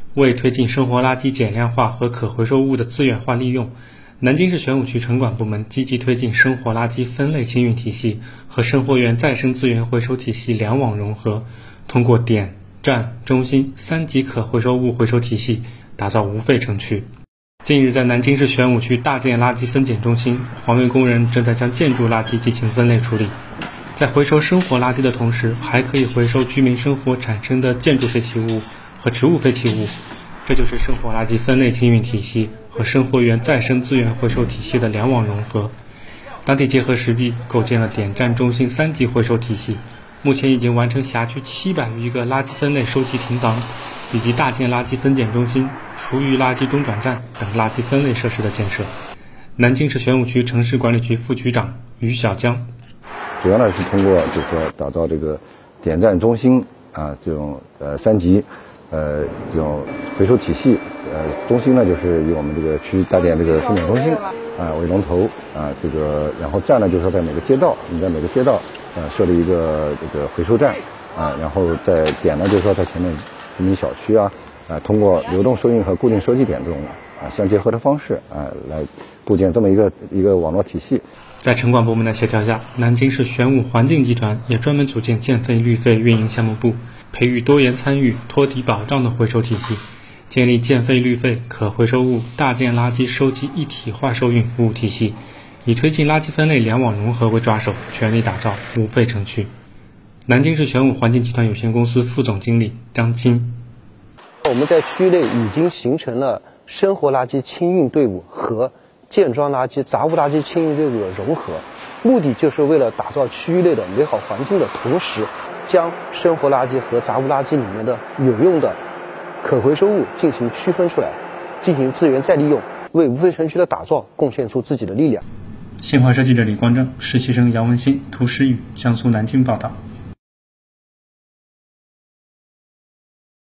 为推进生活垃圾减量化和可回收物的资源化利用，南京市玄武区城管部门积极推进生活垃圾分类清运体系和生活源再生资源回收体系两网融合，通过点、站、中心3级可回收物回收体系，打造无废城区。近日，在南京市玄武区大建垃圾分拣中心，环卫工人正在将建筑垃圾进行分类处理。在回收生活垃圾的同时，还可以回收居民生活产生的建筑废弃物和植物废弃物，这就是生活垃圾分类清运体系和生活源再生资源回收体系的两网融合。当地结合实际，构建了点站中心3级回收体系，目前已经完成辖区700余个垃圾分类收集停档，以及大建垃圾分拣中心、厨余垃圾中转站等垃圾分类设施的建设。南京市玄武区城市管理局副局长于小江。 主要呢是通过就是说打造这个点站中心这种3级这种回收体系，中心呢就是以我们这个区大建这个分拣中心为龙头这个然后站呢就是说在每个街道设立一个这个回收站然后在点呢就是说在前面居民小区通过流动收运和固定收集点这种相结合的方式来构建这么一个网络体系。 在城管部门的协调下，南京市玄武环境集团也专门组建建废绿废运营项目部，培育多元参与、托底保障的回收体系，建立建废绿废可回收物大件垃圾收集一体化收运服务体系，以推进垃圾分类两网融合为抓手，全力打造无废城区。南京市玄武环境集团有限公司副总经理张金。 我们在区域内已经形成了生活垃圾清运队伍和建装垃圾、杂物垃圾清运队伍的融合，目的就是为了打造区域内的美好环境的同时，将生活垃圾和杂物垃圾里面的有用的可回收物进行区分出来，进行资源再利用，为无废城区的打造贡献出自己的力量。 新华社记者李光正，实习生杨文新，图诗雨，江苏南京报道。